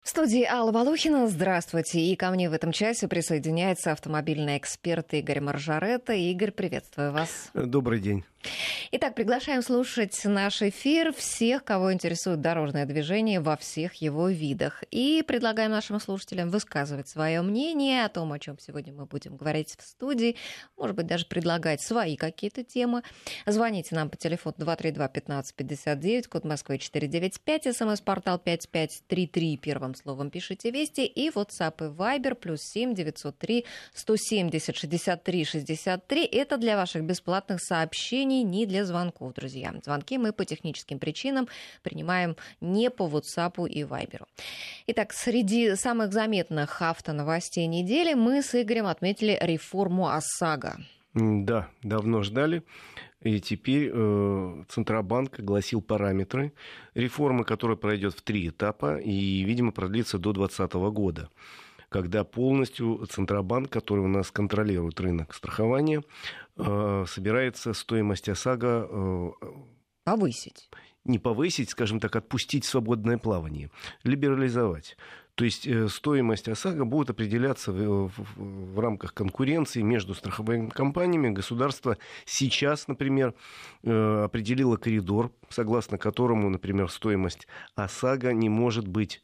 В студии Алла Волохина. Здравствуйте. И ко мне в этом часе присоединяется автомобильный эксперт Игорь Маржаретта. Игорь, приветствую вас. Добрый день. Итак, приглашаем слушать наш эфир всех, кого интересует дорожное движение во всех его видах. И предлагаем нашим слушателям высказывать свое мнение о том, о чем сегодня мы будем говорить в студии. Может быть, даже предлагать свои какие-то темы. Звоните нам по телефону 232-1559, код Москвы 495, смс-портал 5533, первым словом пишите «Вести», и WhatsApp и Viber +7 903 170 63 63. Это для ваших бесплатных сообщений, не для звонков, друзья. Звонки мы по техническим причинам принимаем не по WhatsApp и Viber. Итак, среди самых заметных автоновостей недели мы с Игорем отметили реформу ОСАГО. Да, давно ждали. И теперь Центробанк огласил параметры реформы, которая пройдет в 3 этапа и, видимо, продлится до 2020 года, когда полностью Центробанк, который у нас контролирует рынок страхования, собирается стоимость ОСАГО повысить. Не повысить, скажем так, отпустить в свободное плавание, либерализовать. То есть стоимость ОСАГО будет определяться в рамках конкуренции между страховыми компаниями. Государство сейчас, например, определило коридор, согласно которому, например, стоимость ОСАГО не может быть...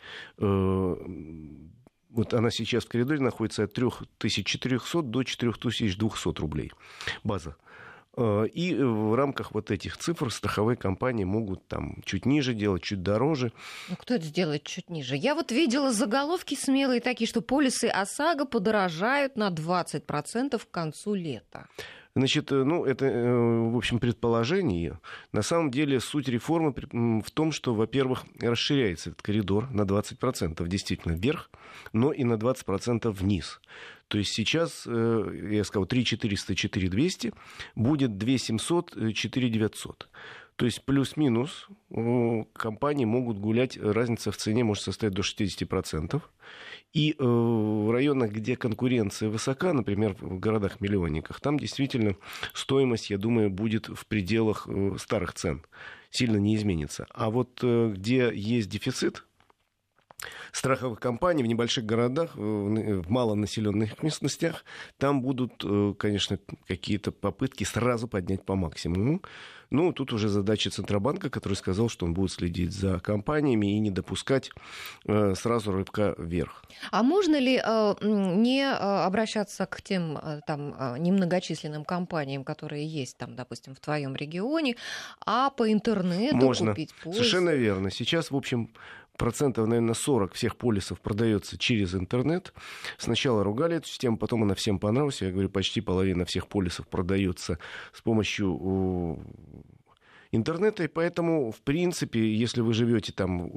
Вот она сейчас в коридоре находится от 3400 до 4200 рублей. База. И в рамках вот этих цифр страховые компании могут там чуть ниже делать, чуть дороже. Ну, кто это сделает чуть ниже? Я вот видела заголовки смелые такие, что полисы ОСАГО подорожают на 20% к концу лета. Значит, ну, это, в общем, предположение. На самом деле суть реформы в том, что, во-первых, расширяется этот коридор на 20% действительно вверх, но и на 20% вниз. То есть сейчас, я сказал, 3400, 4200, будет 2700, 4900. То есть плюс-минус компании могут гулять, разница в цене может составить до 60%. И в районах, где конкуренция высока, например, в городах-миллионниках, там действительно стоимость, я думаю, будет в пределах старых цен, сильно не изменится. А вот где есть дефицит страховых компаний в небольших городах, в малонаселенных местностях, там будут, конечно, какие-то попытки сразу поднять по максимуму. Ну, тут уже задача Центробанка, который сказал, что он будет следить за компаниями и не допускать сразу рывка вверх. А можно ли не обращаться к тем там немногочисленным компаниям, которые есть там, допустим, в твоем регионе, а по интернету можно купить полис? Совершенно верно. Сейчас, в общем, процентов, наверное, 40 всех полисов продается через интернет. Сначала ругали эту систему, потом она всем понравилась. Я говорю, почти половина всех полисов продается с помощью интернета. И поэтому, в принципе, если вы живете там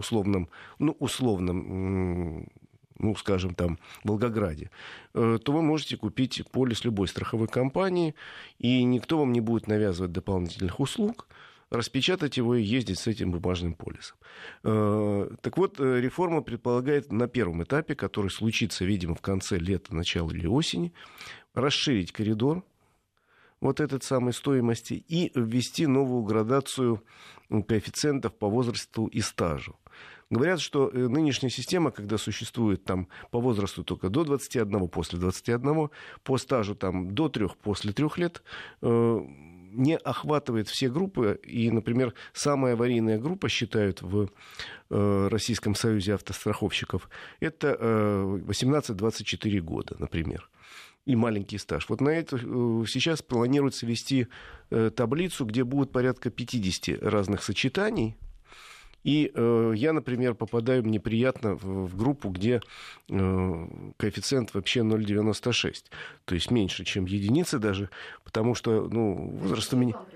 скажем, там, в Волгограде, то вы можете купить полис любой страховой компании, и никто вам не будет навязывать дополнительных услуг, распечатать его и ездить с этим бумажным полисом. Так вот, реформа предполагает на первом этапе, который случится, видимо, в конце лета, начало или осени, расширить коридор вот этой самой стоимости и ввести новую градацию коэффициентов по возрасту и стажу. Говорят, что нынешняя система, когда существует там по возрасту только до 21, после 21, по стажу там до 3, после 3 лет, не охватывает все группы. И, например, самая аварийная группа, считают в Российском союзе автостраховщиков, это 18-24 года, например. И маленький стаж. Вот на это сейчас планируется ввести таблицу, где будет порядка 50 разных сочетаний. И я, например, попадаю неприятно в группу, где коэффициент вообще 0,96. То есть меньше, чем единица даже, потому что возраст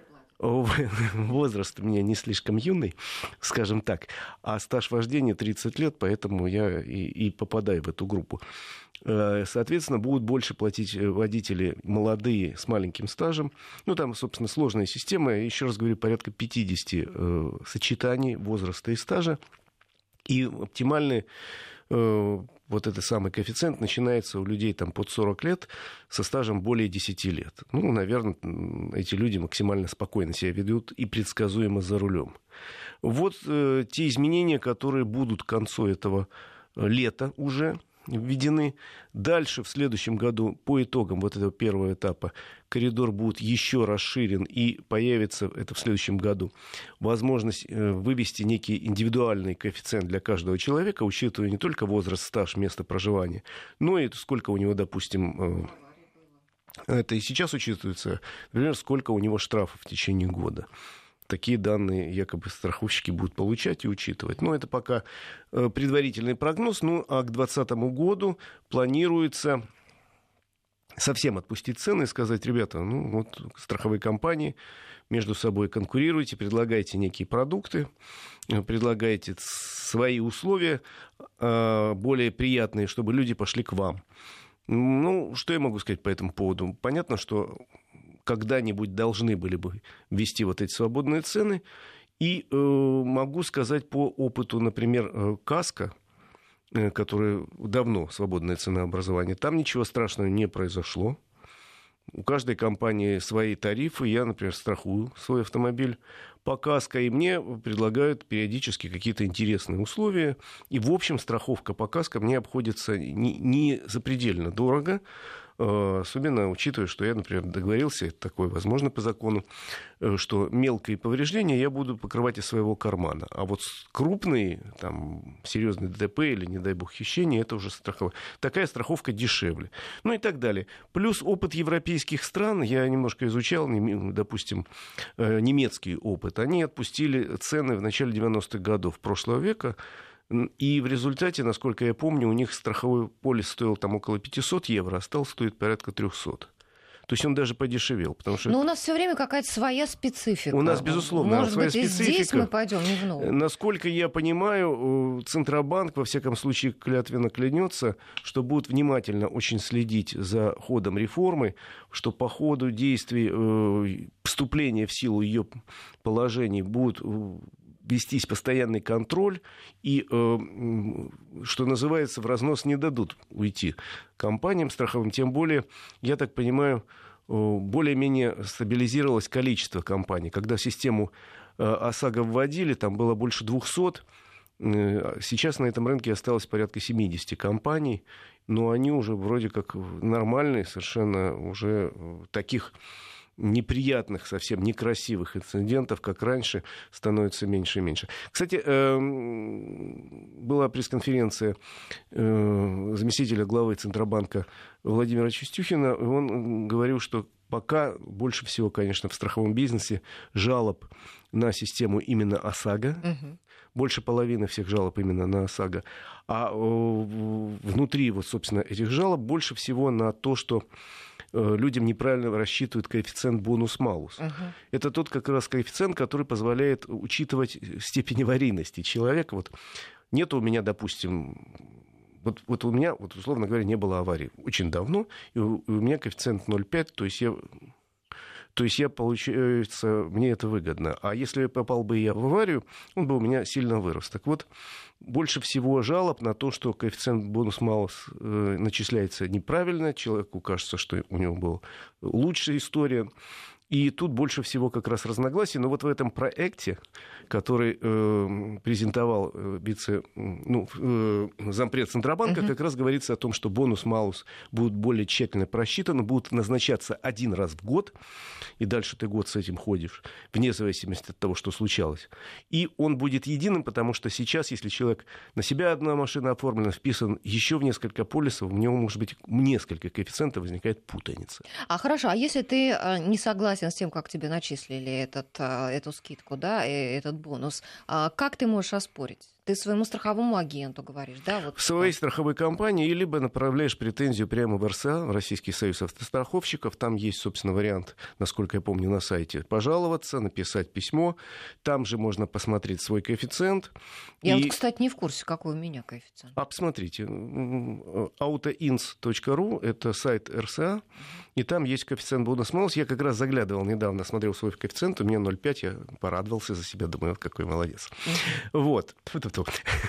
у меня не слишком юный, скажем так, а стаж вождения 30 лет, поэтому я и попадаю в эту группу. Соответственно, будут больше платить водители молодые с маленьким стажем. Там, собственно, сложная система. Еще раз говорю, порядка 50 сочетаний возраста и стажа. И оптимальный вот этот самый коэффициент начинается у людей там под 40 лет со стажем более 10 лет. Наверное, эти люди максимально спокойно себя ведут и предсказуемо за рулем. Вот те изменения, которые будут к концу этого лета уже введены. Дальше в следующем году по итогам вот этого первого этапа коридор будет еще расширен, и появится, это в следующем году, возможность вывести некий индивидуальный коэффициент для каждого человека, учитывая не только возраст, стаж, место проживания, но и сколько у него, допустим, это и сейчас учитывается, например, сколько у него штрафов в течение года. Такие данные якобы страховщики будут получать и учитывать. Но это пока предварительный прогноз. Ну, а к 2020 году планируется совсем отпустить цены и сказать: ребята, ну вот страховые компании между собой конкурируйте, предлагайте некие продукты, предлагайте свои условия более приятные, чтобы люди пошли к вам. Ну, что я могу сказать по этому поводу? Понятно, что когда-нибудь должны были бы ввести вот эти свободные цены. И могу сказать по опыту, например, КАСКО, который давно свободное ценообразование, там ничего страшного не произошло. У каждой компании свои тарифы. Я, например, страхую свой автомобиль по КАСКО, и мне предлагают периодически какие-то интересные условия. И, в общем, страховка по КАСКО мне обходится не запредельно дорого. Особенно учитывая, что я, например, договорился, такое возможно по закону, что мелкие повреждения я буду покрывать из своего кармана. А вот крупные, там, серьезные ДТП или, не дай бог, хищения, это уже такая страховка дешевле. Ну и так далее. Плюс опыт европейских стран, я немножко изучал, допустим, немецкий опыт. Они отпустили цены в начале 90-х годов прошлого века. И в результате, насколько я помню, у них страховой полис стоил там около 500 евро, а стал стоить порядка 300. То есть он даже подешевел. Потому что... Но у нас все время какая-то своя специфика. У нас, безусловно, может своя быть, и специфика. здесь мы пойдем не в ногу. Насколько я понимаю, Центробанк, во всяком случае, клятвенно клянется, что будет внимательно очень следить за ходом реформы, что по ходу действий вступления в силу ее положений будут вестись постоянный контроль, и, что называется, в разнос не дадут уйти компаниям страховым. Тем более, я так понимаю, более-менее стабилизировалось количество компаний. Когда систему ОСАГО вводили, там было больше 200. Сейчас на этом рынке осталось порядка 70 компаний, но они уже вроде как нормальные, совершенно уже таких неприятных, совсем некрасивых инцидентов, как раньше, становится меньше и меньше. Кстати, была пресс-конференция заместителя главы Центробанка Владимира Чистюхина, и он говорил, что пока больше всего, конечно, в страховом бизнесе жалоб на систему именно ОСАГО. Больше половины всех жалоб именно на ОСАГО. А внутри, вот, собственно, этих жалоб больше всего на то, что людям неправильно рассчитывают коэффициент бонус-малус. Это тот как раз коэффициент, который позволяет учитывать степень аварийности человека. Вот нет у меня, допустим, вот у меня, вот, условно говоря, не было аварии очень давно, и у меня коэффициент 0,5, то есть я, получается, мне это выгодно. А если попал бы я в аварию, он бы у меня сильно вырос. Так вот, больше всего жалоб на то, что коэффициент бонус-малус начисляется неправильно. Человеку кажется, что у него была лучшая история. И тут больше всего как раз разногласий. Но вот в этом проекте, который презентовал зампред Центробанка, как раз говорится о том, что бонус-малус будут более тщательно просчитаны, будут назначаться один раз в год, и дальше ты год с этим ходишь, вне зависимости от того, что случалось. И он будет единым, потому что сейчас, если человек на себя одна машина оформлена, вписан еще в несколько полисов, у него может быть несколько коэффициентов, возникает путаница. Хорошо, а если ты не согласен с тем, как тебе начислили эту скидку, да, этот бонус, как ты можешь оспорить? Ты своему страховому агенту говоришь, да? Вот. В своей страховой компании, либо направляешь претензию прямо в РСА, Российский союз автостраховщиков. Там есть, собственно, вариант, насколько я помню, на сайте пожаловаться, написать письмо. Там же можно посмотреть свой коэффициент. Я вот, кстати, не в курсе, какой у меня коэффициент. А посмотрите, autoins.ru, это сайт РСА, и там есть коэффициент бонус-малус. Я как раз заглядывал недавно, смотрел свой коэффициент, у меня 0,5, я порадовался за себя, думаю, вот какой молодец. Вот. то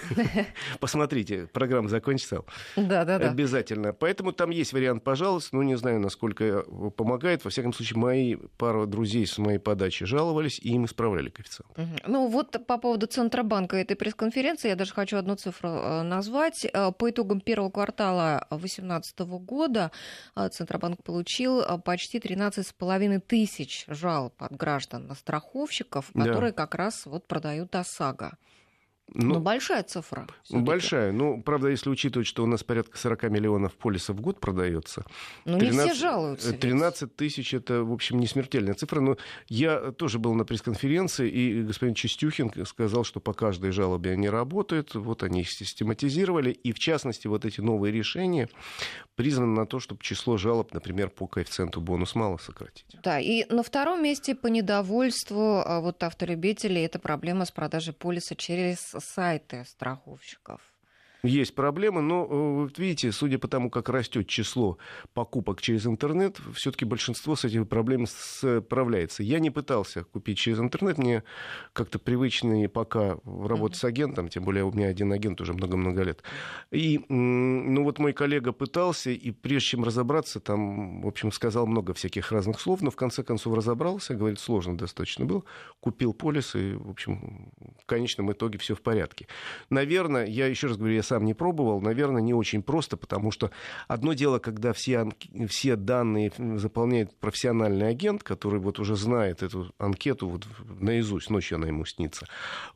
посмотрите, программа закончится. Да. Обязательно. Поэтому там есть вариант, пожалуйста. Не знаю, насколько помогает. Во всяком случае, пару друзей с моей подачи жаловались, и им исправляли коэффициент. Вот по поводу Центробанка этой пресс-конференции я даже хочу одну цифру назвать. По итогам первого квартала 2018 года Центробанк получил почти 13,5 тысяч жалоб от граждан на страховщиков, которые как раз продают ОСАГО. Большая цифра. Всё-таки. Большая. Правда, если учитывать, что у нас порядка 40 миллионов полисов в год продается. Не все жалуются. 13 тысяч — это, в общем, не смертельная цифра. Но я тоже был на пресс-конференции, и господин Чистюхин сказал, что по каждой жалобе они работают. Они их систематизировали. И, в частности, эти новые решения призваны на то, чтобы число жалоб, например, по коэффициенту бонус-малус сократить. Да, и на втором месте по недовольству автолюбителей это проблема с продажей полиса через сайты страховщиков. Есть проблемы, но, видите, судя по тому, как растет число покупок через интернет, все-таки большинство с этими проблемами справляется. Я не пытался купить через интернет, мне как-то привычнее пока работать с агентом, тем более у меня один агент уже много-много лет. И, мой коллега пытался, и прежде чем разобраться, там, в общем, сказал много всяких разных слов, но в конце концов разобрался, говорит, сложно достаточно было, купил полис, и, в общем, в конечном итоге все в порядке. Наверное, я еще раз говорю, я сам не пробовал, наверное, не очень просто, потому что одно дело, когда все данные заполняет профессиональный агент, который уже знает эту анкету наизусть, ночью она ему снится,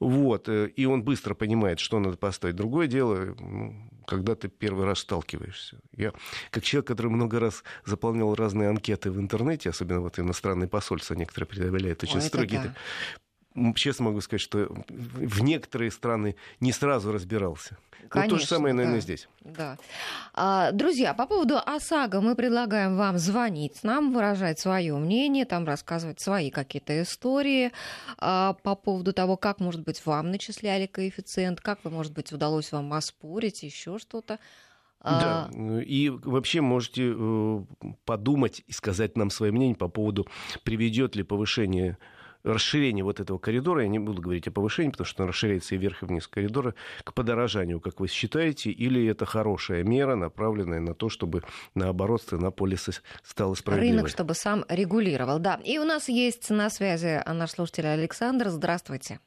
и он быстро понимает, что надо поставить. Другое дело, когда ты первый раз сталкиваешься. Я, как человек, который много раз заполнял разные анкеты в интернете, особенно иностранные посольства, некоторые предъявляют очень строгие. Честно могу сказать, что в некоторые страны не сразу разбирался. Конечно, то же самое, наверное, здесь. Да. Друзья, по поводу ОСАГО мы предлагаем вам звонить нам, выражать свое мнение, там рассказывать свои какие-то истории по поводу того, как, может быть, вам начисляли коэффициент, как, может быть, удалось вам оспорить, еще что-то. Да, и вообще можете подумать и сказать нам свое мнение по поводу, приведет ли расширение этого коридора, я не буду говорить о повышении, потому что он расширяется и вверх, и вниз коридора, к подорожанию, как вы считаете, или это хорошая мера, направленная на то, чтобы, наоборот, цена полиса стала справедливой? Рынок, чтобы сам регулировал, да. И у нас есть на связи наш слушатель Александр. Здравствуйте.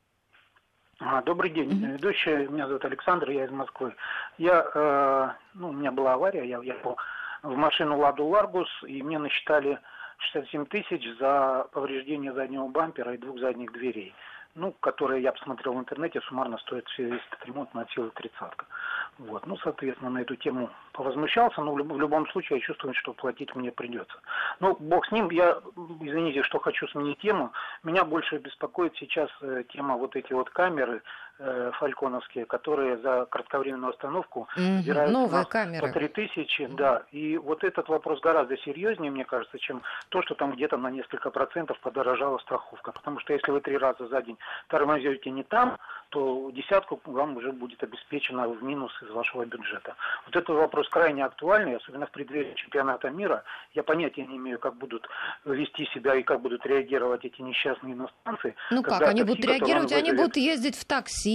Добрый день, ведущая. Меня зовут Александр, я из Москвы. У меня была авария, я ехал в машину «Ладу Ларгус», и мне насчитали 67 тысяч за повреждение заднего бампера и 2 задних дверей, которые я посмотрел в интернете, суммарно стоит весь этот ремонт на целую 30-ка. Соответственно, на эту тему повозмущался, но в любом случае я чувствую, что платить мне придется. Бог с ним, извините, что хочу сменить тему, меня больше беспокоит сейчас тема эти камеры фальконовские, которые за кратковременную остановку собирают новые камеры. По 3000, да. И этот вопрос гораздо серьезнее, мне кажется, чем то, что там где-то на несколько процентов подорожала страховка. Потому что если вы 3 раза за день тормозите не там, то 10-ку вам уже будет обеспечено в минус из вашего бюджета. Этот вопрос крайне актуальный, особенно в преддверии чемпионата мира. Я понятия не имею, как будут вести себя и как будут реагировать эти несчастные иностранцы. Они будут реагировать? Они будут ездить в такси.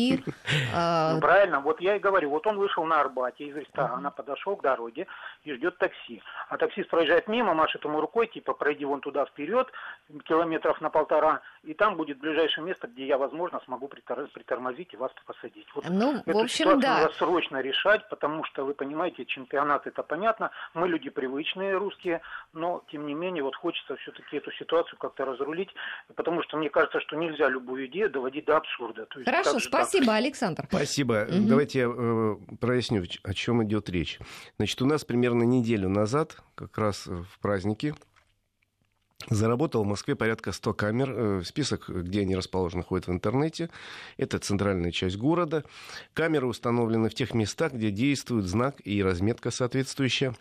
Правильно, я и говорю, он вышел на Арбате из ресторана, подошел к дороге и ждет такси. А таксист проезжает мимо, машет ему рукой, пройди вон туда вперед, километров на 1,5, и там будет ближайшее место, где я, возможно, смогу притормозить и вас посадить. Эту ситуацию надо срочно решать, потому что, вы понимаете, чемпионат, это понятно, мы люди привычные, русские, но, тем не менее, хочется все-таки эту ситуацию как-то разрулить, потому что мне кажется, что нельзя любую идею доводить до абсурда. Хорошо, спасибо, Александр. Спасибо. Давайте я проясню, о чем идет речь. Значит, у нас примерно неделю назад, как раз в праздники, заработал в Москве порядка 100 камер. Список, где они расположены, ходит в интернете. Это центральная часть города. Камеры установлены в тех местах, где действует знак и разметка соответствующая.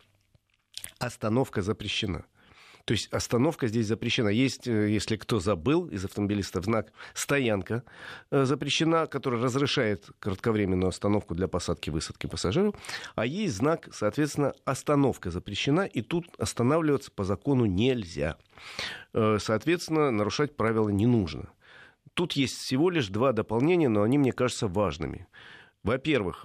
Остановка запрещена. То есть остановка здесь запрещена. Есть, если кто забыл, из автомобилистов знак «стоянка» запрещена, который разрешает кратковременную остановку для посадки-высадки пассажиров. А есть знак, соответственно, «остановка» запрещена, и тут останавливаться по закону нельзя. Соответственно, нарушать правила не нужно. Тут есть всего лишь два дополнения, но они мне кажутся важными. Во-первых,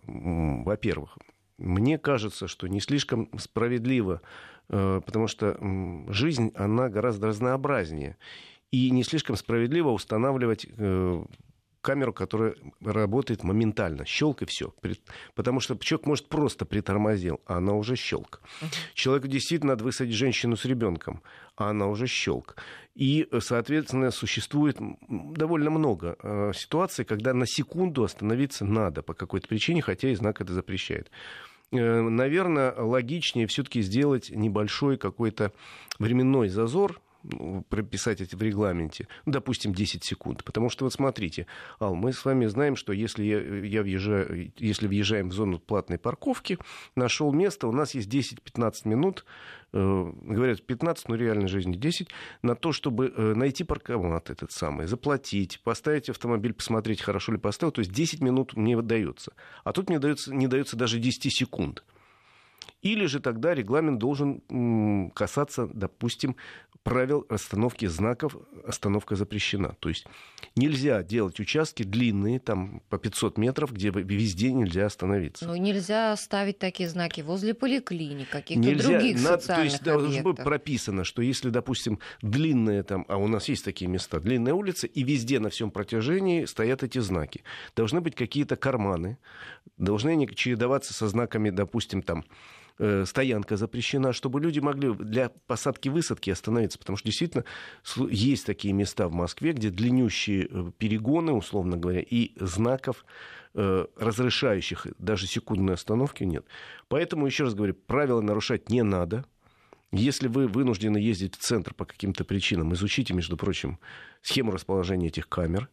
мне кажется, что не слишком справедливо, потому что жизнь, она гораздо разнообразнее. И не слишком справедливо устанавливать камеру, которая работает моментально. Щелк и все. Потому что человек, может, просто притормозил, а она уже щелк. Человеку действительно надо высадить женщину с ребенком, а она уже щелк. И, соответственно, существует довольно много ситуаций, когда на секунду остановиться надо по какой-то причине, хотя и знак это запрещает. Наверное, логичнее все-таки сделать небольшой какой-то временной зазор, прописать это в регламенте, допустим, 10 секунд. Потому что, вот смотрите, Ал, мы с вами знаем, что если въезжаем в зону платной парковки, нашел место, у нас есть 10-15 минут, говорят 15, но в реальной жизни 10, на то, чтобы найти паркомат этот самый, заплатить, поставить автомобиль, посмотреть, хорошо ли поставил. То есть 10 минут мне дается. А тут мне не дается даже 10 секунд. Или же тогда регламент должен касаться, допустим, правил остановки знаков «Остановка запрещена». То есть нельзя делать участки длинные, там, по 500 метров, где везде нельзя остановиться. Ну, нельзя ставить такие знаки возле поликлиник, каких-то других социальных то есть, объектов. должно быть прописано, что если, допустим, длинная там, а у нас есть такие места, длинная улица, и везде на всем протяжении стоят эти знаки. Должны быть какие-то карманы, должны они чередоваться со знаками, допустим, там, стоянка запрещена, чтобы люди могли для посадки-высадки остановиться. Потому что действительно есть такие места в Москве, где длиннющие перегоны, условно говоря, и знаков, разрешающих даже секундной остановки, нет. Поэтому, еще раз говорю, правила нарушать не надо. Если вы вынуждены ездить в центр по каким-то причинам, изучите, между прочим, схему расположения этих камер.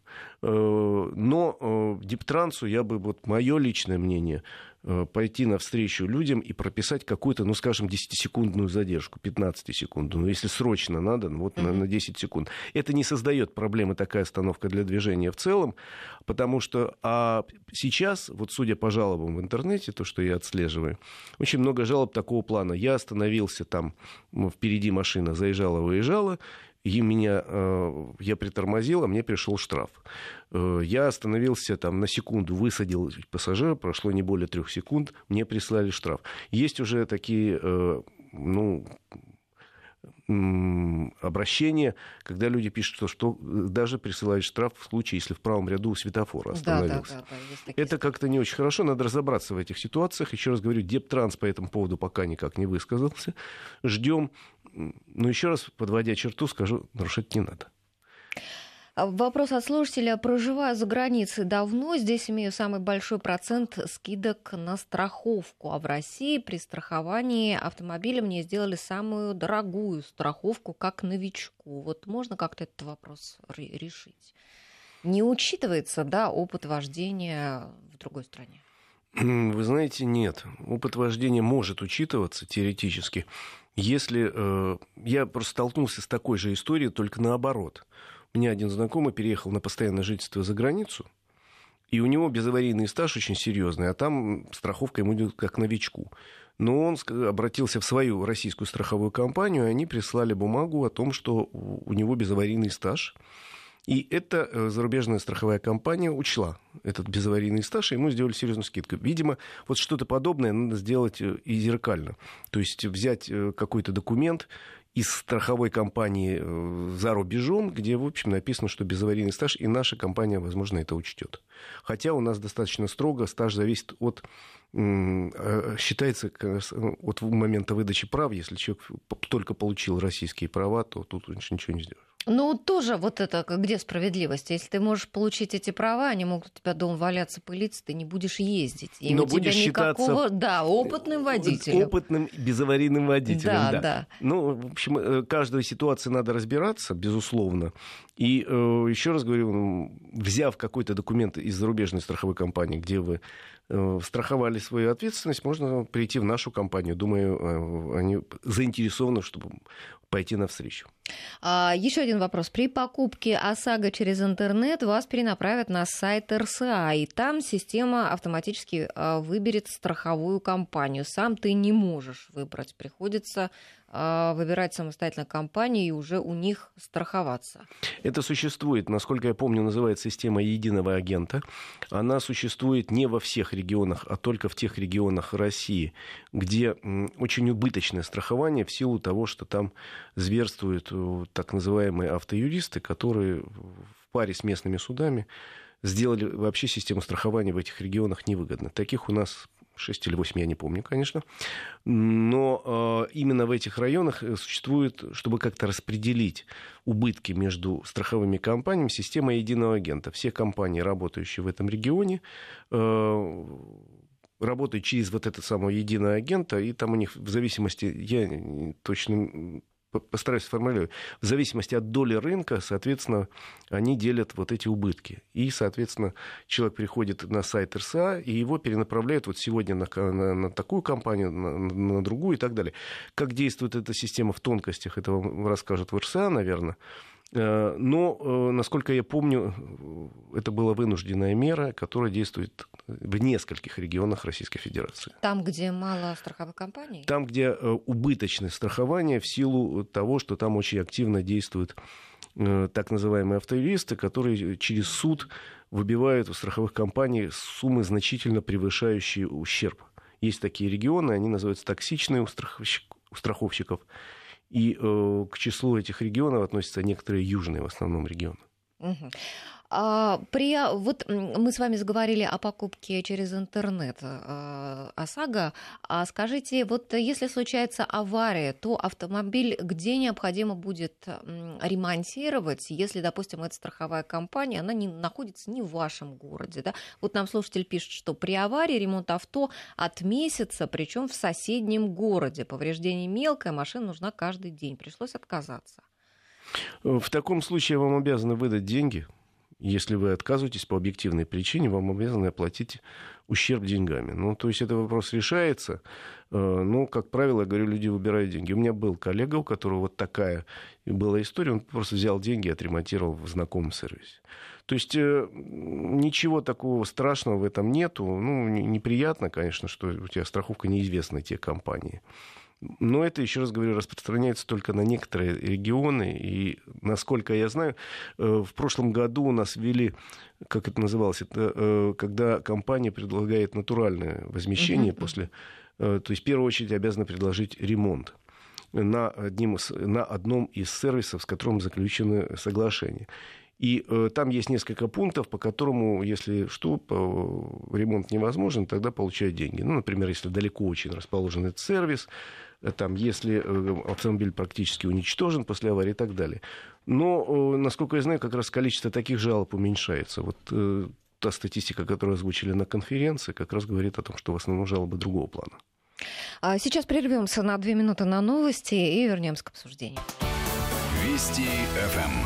Но Дептрансу я бы, вот мое личное мнение, пойти навстречу людям и прописать какую-то, ну, скажем, 10-секундную задержку, 15-секундную. Ну, если срочно надо, ну, вот на 10 секунд. Это не создает проблемы, такая остановка для движения в целом, потому что сейчас, вот судя по жалобам в интернете, то, что я отслеживаю, очень много жалоб такого плана. Я остановился там, впереди машина заезжала-выезжала, и я притормозил, а мне пришел штраф. Я остановился там на секунду, высадил пассажира, прошло не более 3 секунд, мне прислали штраф. Есть уже такие, обращения, когда люди пишут, что даже присылают штраф в случае, если в правом ряду светофора остановился. Да, это как-то не очень хорошо, надо разобраться в этих ситуациях. Еще раз говорю, Дептранс по этому поводу пока никак не высказался. Ждем. Но еще раз, подводя черту, скажу, нарушать не надо. Вопрос от слушателя. Проживаю за границей давно. Здесь имею самый большой процент скидок на страховку. А в России при страховании автомобиля мне сделали самую дорогую страховку как новичку. Вот можно как-то этот вопрос решить? Не учитывается, да, опыт вождения в другой стране? Вы знаете, нет. Опыт вождения может учитываться теоретически. Если я просто столкнулся с такой же историей, только наоборот. У меня один знакомый переехал на постоянное жительство за границу, и у него безаварийный стаж очень серьезный, а там страховка ему идет как новичку. Но он обратился в свою российскую страховую компанию, и они прислали бумагу о том, что у него безаварийный стаж. И эта зарубежная страховая компания учла этот безаварийный стаж, и ему сделали серьезную скидку. Видимо, вот что-то подобное надо сделать и зеркально. То есть взять какой-то документ из страховой компании за рубежом, где, в общем, написано, что безаварийный стаж, и наша компания, возможно, это учтет. Хотя у нас достаточно строго, стаж зависит от, считается, от момента выдачи прав. Если человек только получил российские права, то тут ничего не сделаешь. Ну, тоже вот это, где справедливость? Если ты можешь получить эти права, они могут у тебя дома валяться, пылиться, ты не будешь ездить. И но у будешь тебя никакого... считаться... Да, опытным водителем. Опытным безаварийным водителем, да. Ну, в общем, каждой ситуации надо разбираться, безусловно. И еще раз говорю, взяв какой-то документ из зарубежной страховой компании, где вы страховали свою ответственность, можно прийти в нашу компанию. Думаю, они заинтересованы, чтобы пойти навстречу. Еще один вопрос. При покупке ОСАГО через интернет вас перенаправят на сайт РСА, и там система автоматически выберет страховую компанию. Сам ты не можешь выбрать. Приходится выбирать самостоятельно компанию и уже у них страховаться. Это существует, насколько я помню, называется система единого агента. Она существует не во всех регионах, а только в тех регионах России, где очень убыточное страхование в силу того, что там зверствуют так называемые автоюристы, которые в паре с местными судами сделали вообще систему страхования в этих регионах невыгодной. Таких у нас 6 или 8, я не помню, конечно. Но именно в этих районах существует, чтобы как-то распределить убытки между страховыми компаниями, система единого агента. Все компании, работающие в этом регионе, работают через вот это самое единое агента, и там у них в зависимости, я точно постараюсь сформулировать, в зависимости от доли рынка, соответственно, они делят вот эти убытки. И, соответственно, человек приходит на сайт РСА, и его перенаправляют вот сегодня на такую компанию, на другую и так далее. Как действует эта система в тонкостях, это вам расскажут в РСА, наверное. Но, насколько я помню, это была вынужденная мера, которая действует в нескольких регионах Российской Федерации. Там, где мало страховых компаний? Там, где убыточное страхование в силу того, что там очень активно действуют так называемые автоюристы, которые через суд выбивают у страховых компаний суммы, значительно превышающие ущерб. Есть такие регионы, они называются токсичные у страховщиков. И к числу этих регионов относятся некоторые южные в основном регионы. Угу. Вот мы с вами заговорили о покупке через интернет ОСАГО. А скажите, вот если случается авария, то автомобиль где необходимо будет ремонтировать, если, допустим, эта страховая компания, она не находится не в вашем городе, да? Вот нам слушатель пишет, что при аварии ремонт авто от месяца, причем в соседнем городе. Повреждение мелкое, машина нужна каждый день. Пришлось отказаться. В таком случае вам обязаны выдать деньги. Если вы отказываетесь по объективной причине, вам обязаны оплатить ущерб деньгами. Ну, то есть, этот вопрос решается. Но, как правило, я говорю, люди выбирают деньги. У меня был коллега, у которого вот такая была история. Он просто взял деньги и отремонтировал в знакомом сервисе. То есть, ничего такого страшного в этом нету. Ну, неприятно, конечно, что у тебя страховка неизвестна те компании. Но это, еще раз говорю, распространяется только на некоторые регионы. И, насколько я знаю, в прошлом году у нас ввели, как это называлось, это когда компания предлагает натуральное возмещение после... То есть, в первую очередь, обязана предложить ремонт на одном из сервисов, с которым заключено соглашение. И там есть несколько пунктов, по которому, если что, ремонт невозможен, тогда получают деньги. Ну, например, если далеко очень расположен этот сервис, там, если автомобиль практически уничтожен после аварии и так далее. Но, насколько я знаю, как раз количество таких жалоб уменьшается. Вот та статистика, которую озвучили на конференции, как раз говорит о том, что в основном жалобы другого плана. Сейчас прервемся на 2 минуты на новости и вернемся к обсуждению. Вести ФМ.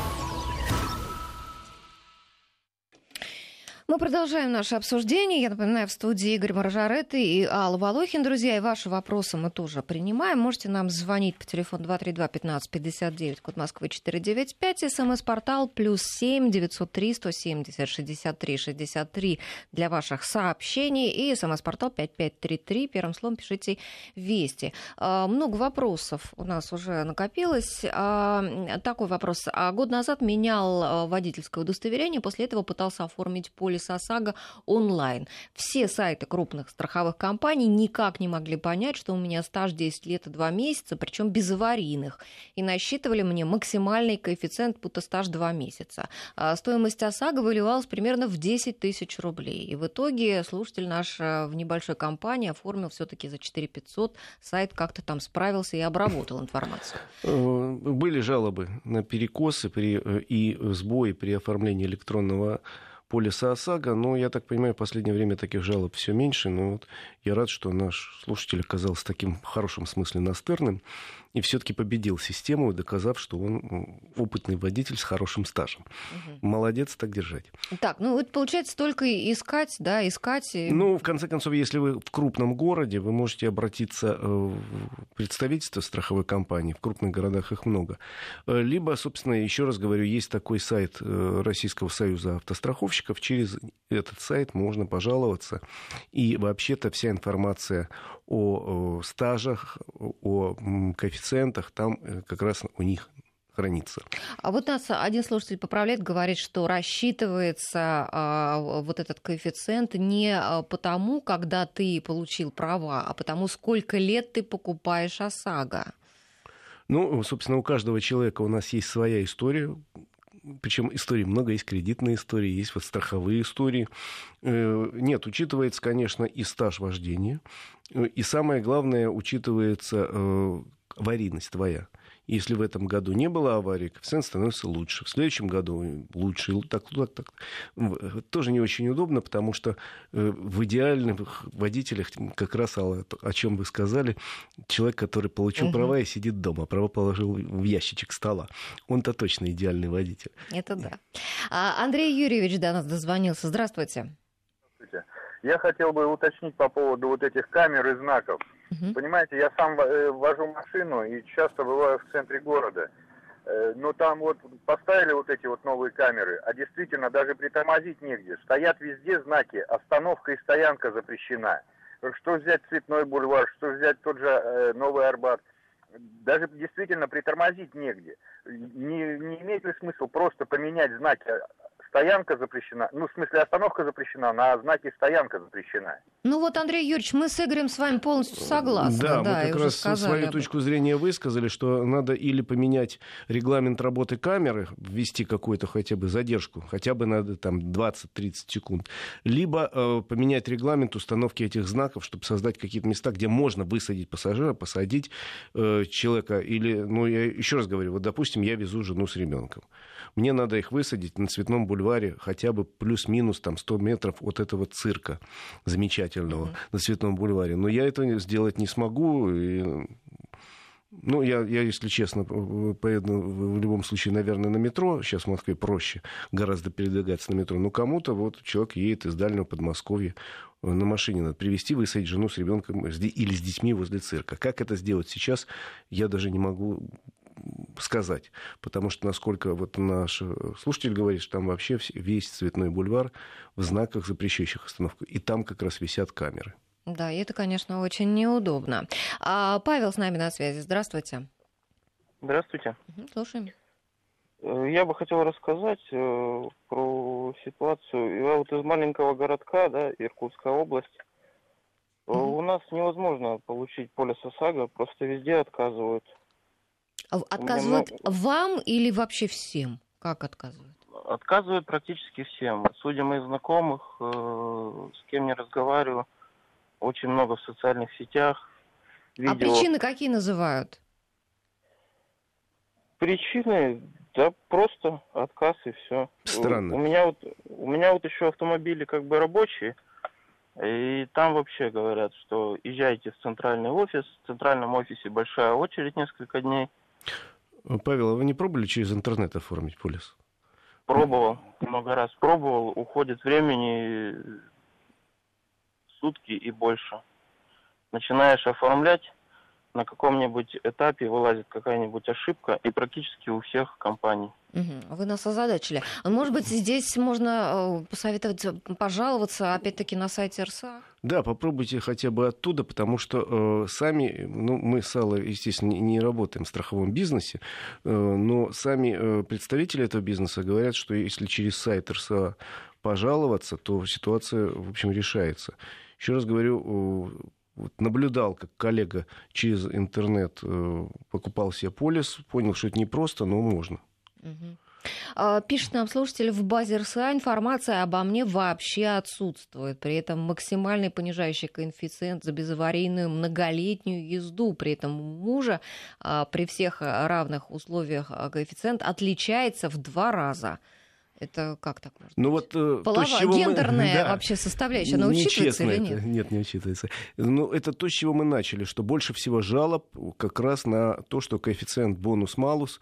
Мы продолжаем наше обсуждение. Я напоминаю, в студии Игорь Маржаретты и Алла Волохин. Друзья, и ваши вопросы мы тоже принимаем. Можете нам звонить по телефону 232-1559, код Москвы 495, смс-портал +7 903 170 63 63 для ваших сообщений и смс-портал 5533. Первым словом пишите «Вести». Много вопросов у нас уже накопилось. Такой вопрос. Год назад менял водительское удостоверение, после этого пытался оформить полис ОСАГО онлайн. Все сайты крупных страховых компаний никак не могли понять, что у меня стаж 10 лет и 2 месяца, причем без аварийных, и насчитывали мне максимальный коэффициент, будто стаж 2 месяца. Стоимость ОСАГО выливалась примерно в 10 тысяч рублей. И в итоге слушатель наш в небольшой компании оформил все-таки за 4 500. Сайт как-то там справился и обработал информацию. Были жалобы на перекосы и сбои при оформлении электронного полиса ОСАГО, но, я так понимаю, в последнее время таких жалоб все меньше. Но вот Я рад, что наш слушатель оказался таким в хорошем смысле настырным и все-таки победил систему, доказав, что он опытный водитель с хорошим стажем. Молодец, так держать. Так, ну это получается только искать, да, искать. Ну, в конце концов, если вы в крупном городе, вы можете обратиться в представительство страховой компании, в крупных городах их много. Либо, собственно, еще раз говорю, есть такой сайт Российского союза автостраховщиков, через этот сайт можно пожаловаться, и вообще-то вся информация о стажах, о коэффициентах там как раз у них хранится. А вот нас один слушатель поправляет, говорит, что рассчитывается вот этот коэффициент не потому, когда ты получил права, а потому, сколько лет ты покупаешь ОСАГО. Ну, собственно, у каждого человека у нас есть своя история. Причем историй много, есть кредитные истории, есть вот страховые истории. Нет, учитывается, конечно, и стаж вождения. И самое главное, учитывается аварийность твоя. Если в этом году не было аварии, коэффициент становится лучше. В следующем году лучше. Так. Тоже не очень удобно, потому что в идеальных водителях, как раз о чем вы сказали, человек, который получил права и сидит дома, права положил в ящичек стола. Он-то точно идеальный водитель. Это да. Андрей Юрьевич до нас дозвонился. Здравствуйте. Здравствуйте. Я хотел бы уточнить по поводу вот этих камер и знаков. Понимаете, я сам вожу машину и часто бываю в центре города. Но там вот поставили вот эти вот новые камеры, а действительно даже притормозить негде. Стоят везде знаки «Остановка и стоянка запрещена». Что взять Цветной бульвар, что взять тот же Новый Арбат. Даже действительно притормозить негде. Не имеет ли смысла просто поменять знаки «Стоянка запрещена», ну, в смысле, остановка запрещена, на знаке «Стоянка запрещена». Ну вот, Андрей Юрьевич, мы с Игорем с вами полностью согласны. Да, мы как раз свою точку зрения высказали, что надо или поменять регламент работы камеры, ввести какую-то хотя бы задержку, хотя бы надо там 20-30 секунд, либо поменять регламент установки этих знаков, чтобы создать какие-то места, где можно высадить пассажира, посадить человека. Или, ну, я еще раз говорю, вот, допустим, я везу жену с ребенком. Мне надо их высадить на Цветном бульваре хотя бы плюс-минус там 100 метров от этого цирка замечательного на Цветном бульваре. Но я этого сделать не смогу. И, ну, я, если честно, поеду в любом случае, наверное, на метро. Сейчас в Москве проще гораздо передвигаться на метро. Но кому-то вот человек едет из дальнего Подмосковья на машине. Надо привезти, высадить жену с ребенком или с детьми возле цирка. Как это сделать сейчас, я даже не могу сказать, потому что, насколько вот наш слушатель говорит, что там вообще весь Цветной бульвар в знаках, запрещающих остановку, и там как раз висят камеры. Да, и это, конечно, очень неудобно. Павел с нами на связи. Здравствуйте. Здравствуйте. Слушаем. Я бы хотел рассказать про ситуацию. Я вот из маленького городка, да, Иркутская область. У нас невозможно получить полис ОСАГО, просто везде отказывают. Отказывают вам или вообще всем? Как отказывают? Отказывают практически всем. Судя моих знакомых, с кем не разговариваю, очень много в социальных сетях. Видео. А причины какие называют? Причины, да, просто отказ и все. Странно. У меня вот еще автомобили как бы рабочие, и там вообще говорят, что езжайте в центральный офис. В центральном офисе большая очередь несколько дней. Павел, а вы не пробовали через интернет оформить полис? Пробовал, много раз пробовал. Уходит времени сутки и больше. Начинаешь оформлять, на каком-нибудь этапе вылазит какая-нибудь ошибка, и практически у всех компаний. Вы нас озадачили. Может быть, здесь можно посоветовать пожаловаться, опять-таки, на сайте РСА? Да, попробуйте хотя бы оттуда, потому что сами, ну, мы с Аллой, естественно, не работаем в страховом бизнесе, но сами представители этого бизнеса говорят, что если через сайт РСА пожаловаться, то ситуация, в общем, решается. Еще раз говорю, вот наблюдал, как коллега через интернет покупал себе полис, понял, что это непросто, но можно. Пишет нам слушатель, в базе РСА информация обо мне вообще отсутствует. При этом максимальный понижающий коэффициент за безаварийную многолетнюю езду. При этом у мужа при всех равных условиях коэффициент отличается в 2 раза. Это как так можно? Ну, вот, гендерная вообще составляющая, она учитывается или нет? Нет, не учитывается. Ну, это то, с чего мы начали, что больше всего жалоб как раз на то, что коэффициент бонус-малус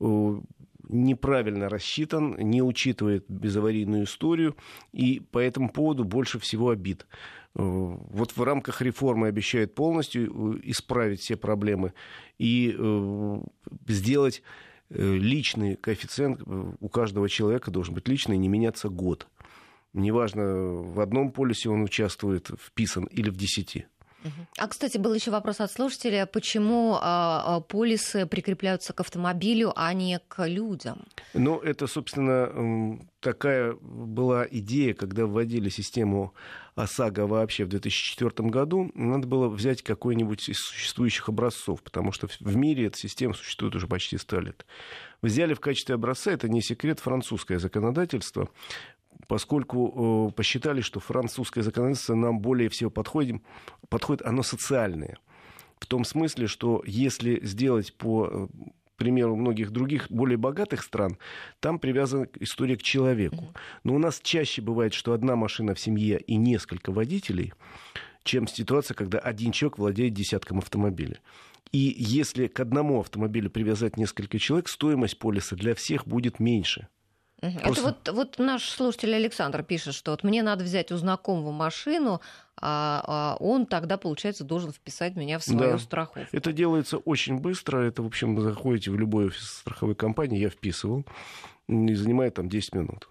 неправильно рассчитан, не учитывает безаварийную историю, и по этому поводу больше всего обид. Вот в рамках реформы обещают полностью исправить все проблемы и сделать личный коэффициент у каждого человека должен быть личный, не меняться год. Неважно, в одном полисе он участвует, вписан, или в 10. А, кстати, был еще вопрос от слушателя, почему полисы прикрепляются к автомобилю, а не к людям? Ну, это, собственно, такая была идея, когда вводили систему ОСАГО вообще в 2004 году. Надо было взять какой-нибудь из существующих образцов, потому что в мире эта система существует уже почти 100 лет. Взяли в качестве образца, это не секрет, французское законодательство, поскольку посчитали, что французское законодательство нам более всего подходит, оно социальное. В том смысле, что если сделать по примеру многих других более богатых стран, там привязана история к человеку. Но у нас чаще бывает, что одна машина в семье и несколько водителей, чем ситуация, когда один человек владеет десятком автомобилей. И если к одному автомобилю привязать несколько человек, стоимость полиса для всех будет меньше. Просто... Это вот наш слушатель Александр пишет, что вот мне надо взять у знакомого машину, а он тогда, получается, должен вписать меня в свою страховку. Это делается очень быстро. Это, в общем, вы заходите в любой офис страховой компании, я вписывал, и занимает там 10 минут.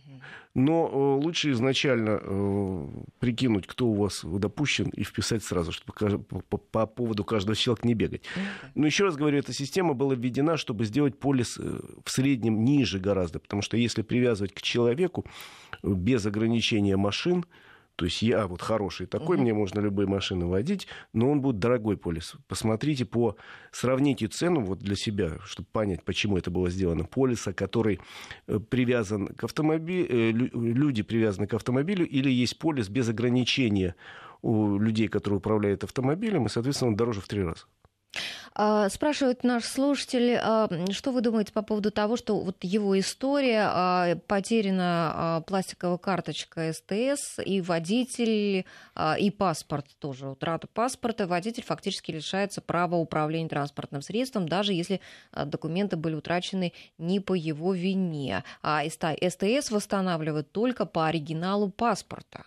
Но лучше изначально прикинуть, кто у вас допущен, и вписать сразу, чтобы по поводу каждого человека не бегать. Но еще раз говорю, эта система была введена, чтобы сделать полис в среднем ниже гораздо, потому что если привязывать к человеку без ограничения машин, то есть я вот хороший такой, мне можно любые машины водить, но он будет дорогой полис. Посмотрите, сравните цену вот для себя, чтобы понять, почему это было сделано. Полиса, который привязан к автомобилю, люди привязаны к автомобилю, или есть полис без ограничения у людей, которые управляют автомобилем, и, соответственно, он дороже в 3 раза. Спрашивает наш слушатель, что вы думаете по поводу того, что вот его история, потеряна пластиковая карточка СТС, и водитель, и паспорт тоже, утрата паспорта, водитель фактически лишается права управления транспортным средством, даже если документы были утрачены не по его вине, а СТС восстанавливает только по оригиналу паспорта.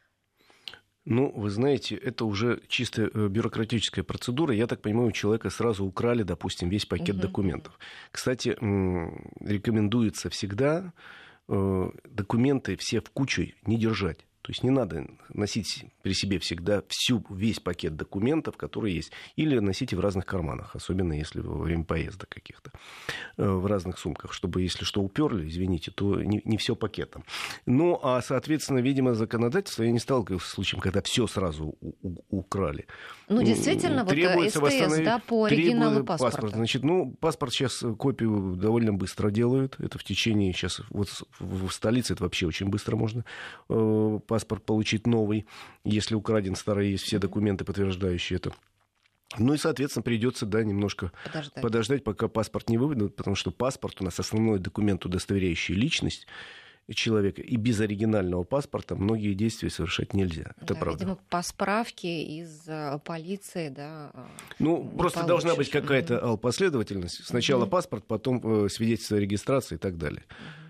Ну, вы знаете, это уже чисто бюрократическая процедура. Я так понимаю, у человека сразу украли, допустим, весь пакет документов. Кстати, рекомендуется всегда документы все в кучу не держать. То есть не надо носить при себе всегда весь пакет документов, которые есть. Или носите в разных карманах, особенно если во время поездок каких-то, в разных сумках, чтобы, если что, уперли, извините, то не все пакетом. Ну, а, соответственно, видимо, законодательство, я не сталкивался с случаем, когда все сразу украли. Ну, действительно, вот СТС, да, по оригиналу паспорта. Значит, паспорт сейчас копию довольно быстро делают. Это в течение сейчас, вот в столице это вообще очень быстро можно паспорт получить новый, если украден старый, есть все документы, подтверждающие это. Ну и, соответственно, придется, немножко подождать, пока паспорт не выведут, потому что паспорт у нас основной документ, удостоверяющий личность человека, и без оригинального паспорта многие действия совершать нельзя. Это правда. Видимо, по справке из полиции, просто должна быть какая-то последовательность. Сначала паспорт, потом свидетельство о регистрации и так далее.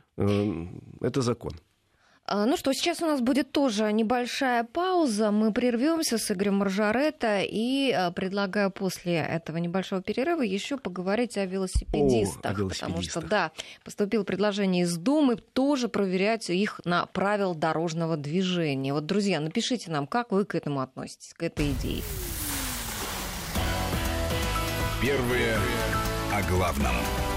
Это закон. Ну что, сейчас у нас будет тоже небольшая пауза. Мы прервемся с Игорем Маржаретто и предлагаю после этого небольшого перерыва еще поговорить о велосипедистах. Потому что, поступило предложение из Думы тоже проверять их на правила дорожного движения. Вот, друзья, напишите нам, как вы к этому относитесь, к этой идее. Первые о главном.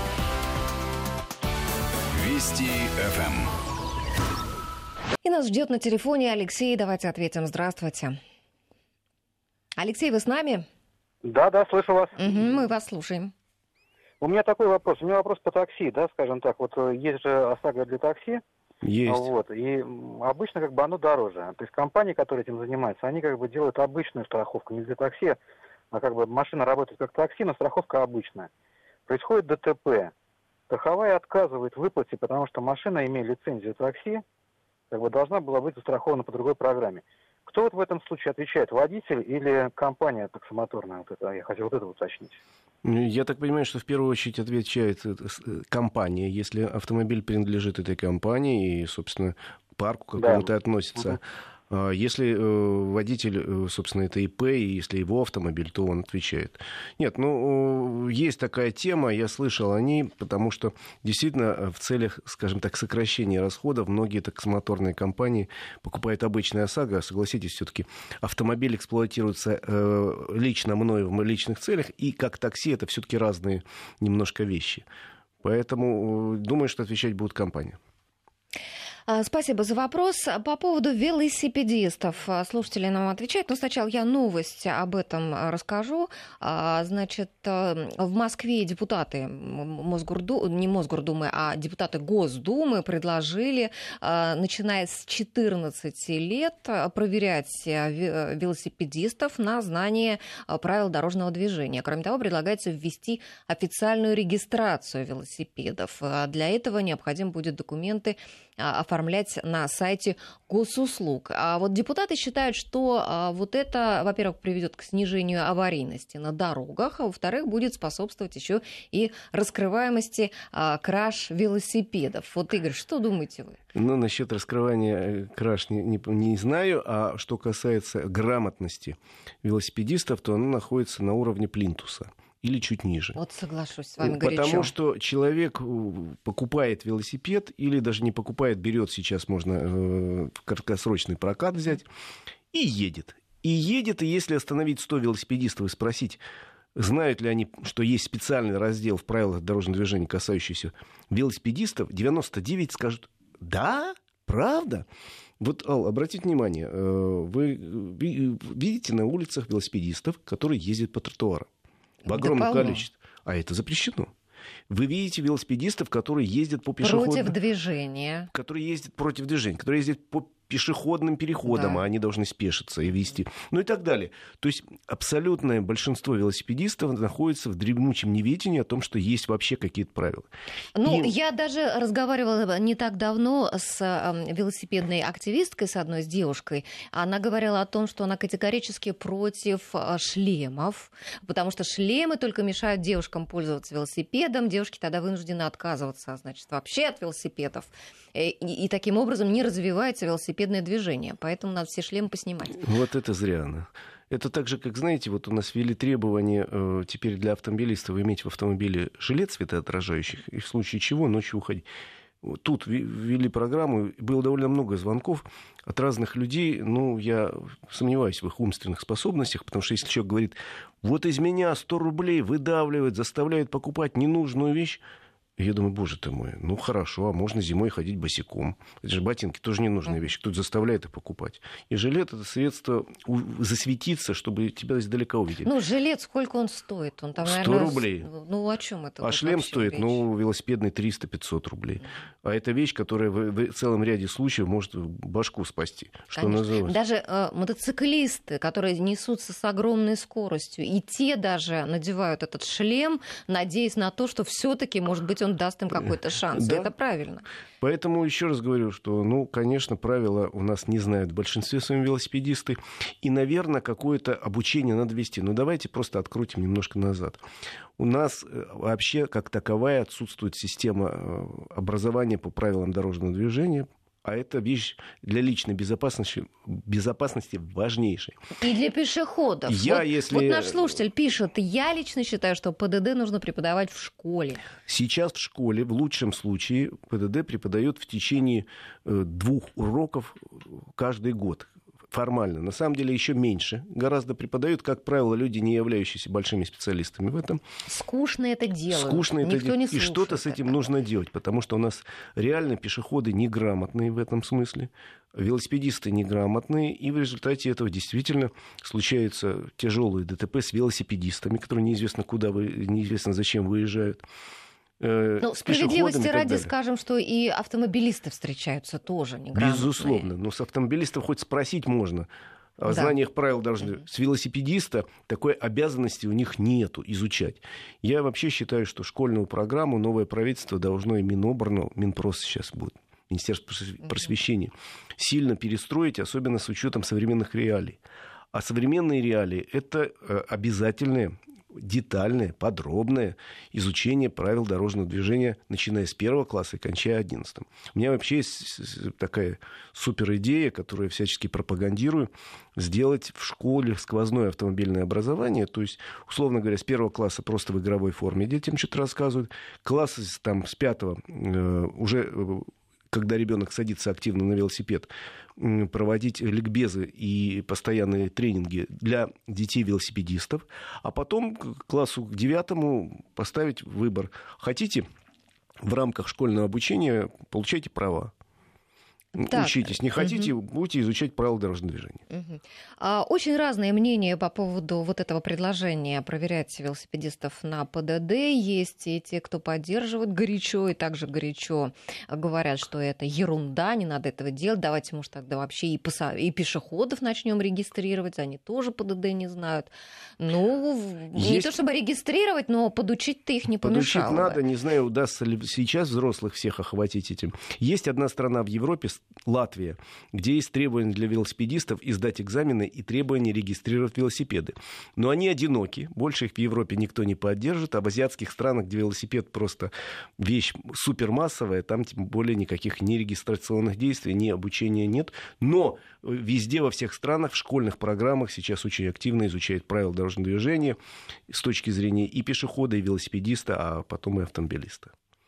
Вести ФМ. И нас ждет на телефоне Алексей. Давайте ответим. Здравствуйте. Алексей, вы с нами? Да, слышу вас. Мы вас слушаем. У меня такой вопрос. У меня вопрос по такси, скажем так. Вот есть же ОСАГО для такси. Есть. И обычно оно дороже. То есть компании, которые этим занимаются, они делают обычную страховку, не для такси, а машина работает как такси, но страховка обычная. Происходит ДТП. страховая отказывает в выплате, потому что машина, имея лицензию такси, как бы должна была быть застрахована по другой программе. Кто вот в этом случае отвечает, водитель или компания таксомоторная? Вот это, я хотел вот это уточнить. Я так понимаю, что в первую очередь отвечает компания, если автомобиль принадлежит этой компании и, собственно, парку к какому-то относится. Если водитель, собственно, это ИП, и если его автомобиль, то он отвечает. Нет, есть такая тема, я слышал о ней, потому что действительно в целях, скажем так, сокращения расходов многие таксомоторные компании покупают обычные ОСАГО. Согласитесь, все-таки автомобиль эксплуатируется лично мной в личных целях, и как такси это все-таки разные немножко вещи. Поэтому думаю, что отвечать будет компания. Спасибо за вопрос. По поводу велосипедистов слушатели нам отвечают. Но сначала я новость об этом расскажу. Значит, в Москве депутаты не Мосгордумы, а депутаты Госдумы предложили, начиная с 14 лет, проверять велосипедистов на знание правил дорожного движения. Кроме того, предлагается ввести официальную регистрацию велосипедов. Для этого необходимо будет документы оформлять на сайте госуслуг. А вот депутаты считают, что вот это, во-первых, приведет к снижению аварийности на дорогах, а во-вторых, будет способствовать еще и раскрываемости краж велосипедов. Вот, Игорь, что думаете вы? Насчет раскрывания краж не знаю, а что касается грамотности велосипедистов, то она находится на уровне плинтуса. Или чуть ниже. Вот соглашусь с вами горячо. Потому что человек покупает велосипед, или даже не покупает, берет, сейчас можно краткосрочный прокат взять, и едет. И если остановить 100 велосипедистов и спросить, знают ли они, что есть специальный раздел в правилах дорожного движения, касающийся велосипедистов, 99 скажут, да, правда. Вот, Ал, обратите внимание, вы видите на улицах велосипедистов, которые ездят по тротуарам. В огромном количестве. А это запрещено. Вы видите велосипедистов, которые ездят по пешеходным... Против движения. Которые ездят против движения, которые ездят по пешеходным переходам, а они должны спешиться и вести. Ну и так далее. То есть абсолютное большинство велосипедистов находится в дремучем неведении о том, что есть вообще какие-то правила. Я даже разговаривала не так давно с велосипедной активисткой, с одной, с девушкой. Она говорила о том, что она категорически против шлемов, потому что шлемы только мешают девушкам пользоваться велосипедом. Девушки тогда вынуждены отказываться, значит, вообще от велосипедов. И таким образом не развивается велосипедное движение. Поэтому надо все шлемы поснимать. Вот это зря. Это так же, как, знаете, вот у нас ввели требования теперь для автомобилистов иметь в автомобиле жилет светоотражающих, и в случае чего ночью уходить. Тут ввели программу, было довольно много звонков от разных людей. Я сомневаюсь в их умственных способностях, потому что если человек говорит, вот из меня 100 рублей выдавливают, заставляют покупать ненужную вещь, я думаю, боже ты мой, хорошо, а можно зимой ходить босиком. Это же ботинки, тоже ненужная вещь, кто-то заставляет их покупать. И жилет — это средство засветиться, чтобы тебя издалека увидели. Жилет, сколько он стоит? Он там, 100 наверное, рублей. О чем это? А шлем стоит, велосипедный 300-500 рублей. А это вещь, которая в целом ряде случаев может башку спасти, что называется. Даже мотоциклисты, которые несутся с огромной скоростью, и те даже надевают этот шлем, надеясь на то, что все-таки, может быть, он даст им какой-то шанс. Да. Это правильно. Поэтому еще раз говорю, что, конечно, правила у нас не знают в большинстве своем велосипедисты. И, наверное, какое-то обучение надо вести. Но давайте просто открутим немножко назад. У нас вообще как таковая отсутствует система образования по правилам дорожного движения. А это вещь для личной безопасности важнейшая. И для пешеходов. Вот наш слушатель пишет, я лично считаю, что ПДД нужно преподавать в школе. Сейчас в школе, в лучшем случае, ПДД преподают в течение 2 уроков каждый год. Формально. На самом деле еще меньше. Гораздо преподают, как правило, люди, не являющиеся большими специалистами в этом. Скучно это делают. Никто не слушает. И что-то с этим нужно делать, потому что у нас реально пешеходы неграмотные в этом смысле, велосипедисты неграмотные, и в результате этого действительно случаются тяжелые ДТП с велосипедистами, которые неизвестно куда, неизвестно зачем выезжают. Справедливости ради скажем, что и автомобилисты встречаются тоже неграмотные. Безусловно. Но с автомобилистов хоть спросить можно. О знаниях правил должны... С велосипедиста такой обязанности у них нету изучать. Я вообще считаю, что школьную программу новое правительство должно, и Минпрос сейчас будет, Министерство просвещения, сильно перестроить, особенно с учетом современных реалий. А современные реалии – это обязательное, детальное, подробное изучение правил дорожного движения, начиная с 1 класса и кончая 11. У меня вообще есть такая супер идея, которую я всячески пропагандирую, сделать в школе сквозное автомобильное образование, то есть, условно говоря, с 1 класса просто в игровой форме детям что-то рассказывают, классы там, с 5 уже... когда ребенок садится активно на велосипед, проводить ликбезы и постоянные тренинги для детей-велосипедистов, а потом к классу 9 поставить выбор. Хотите в рамках школьного обучения, получайте права. Так. Учитесь. Не хотите, будете изучать правила дорожного движения. Очень разные мнения по поводу вот этого предложения проверять велосипедистов на ПДД. Есть и те, кто поддерживает горячо, и также горячо говорят, что это ерунда, не надо этого делать. Давайте, может, тогда вообще и пешеходов начнем регистрировать. Они тоже ПДД не знают. Ну, не то чтобы регистрировать, но подучить-то их не помешало. Подучить надо. Не знаю, удастся ли сейчас взрослых всех охватить этим. Есть одна страна в Европе, Латвия, где есть требования для велосипедистов издать экзамены и требования регистрировать велосипеды. Но они одиноки, больше их в Европе никто не поддержит, а в азиатских странах, где велосипед просто вещь супермассовая, там тем более никаких ни регистрационных действий, ни обучения нет. Но везде, во всех странах, в школьных программах сейчас очень активно изучают правила дорожного движения с точки зрения и пешехода, и велосипедиста, а потом и автомобилиста.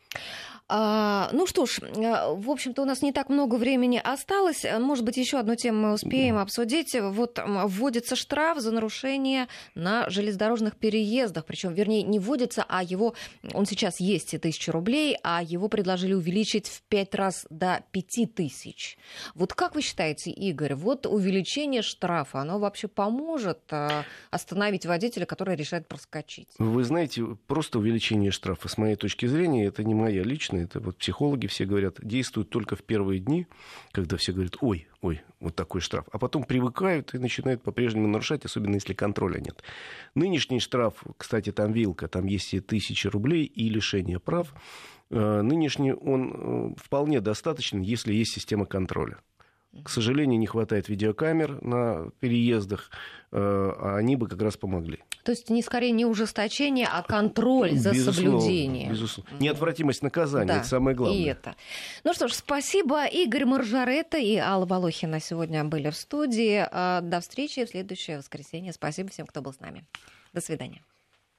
Ну что ж, в общем-то, у нас не так много времени осталось. Может быть, еще одну тему мы успеем обсудить. Вот вводится штраф за нарушение на железнодорожных переездах. Причем, вернее, не вводится, а он сейчас есть 1000 рублей, а его предложили увеличить в 5 раз до 5000. Вот как вы считаете, Игорь, вот увеличение штрафа, оно вообще поможет остановить водителя, который решает проскочить? Вы знаете, просто увеличение штрафа, с моей точки зрения, это не моя личная. Это вот психологи все говорят, действуют только в первые дни, когда все говорят, ой, вот такой штраф. А потом привыкают и начинают по-прежнему нарушать, особенно если контроля нет. Нынешний штраф, кстати, там вилка, там есть и 1000 рублей, и лишение прав. Нынешний он вполне достаточен, если есть система контроля. К сожалению, не хватает видеокамер на переездах, а они бы как раз помогли. То есть скорее не ужесточение, а контроль за соблюдением. Безусловно. Неотвратимость наказания, это самое главное. И это. Ну что ж, спасибо. Игорь Маржаретта и Алла Волохина сегодня были в студии. До встречи в следующее воскресенье. Спасибо всем, кто был с нами. До свидания.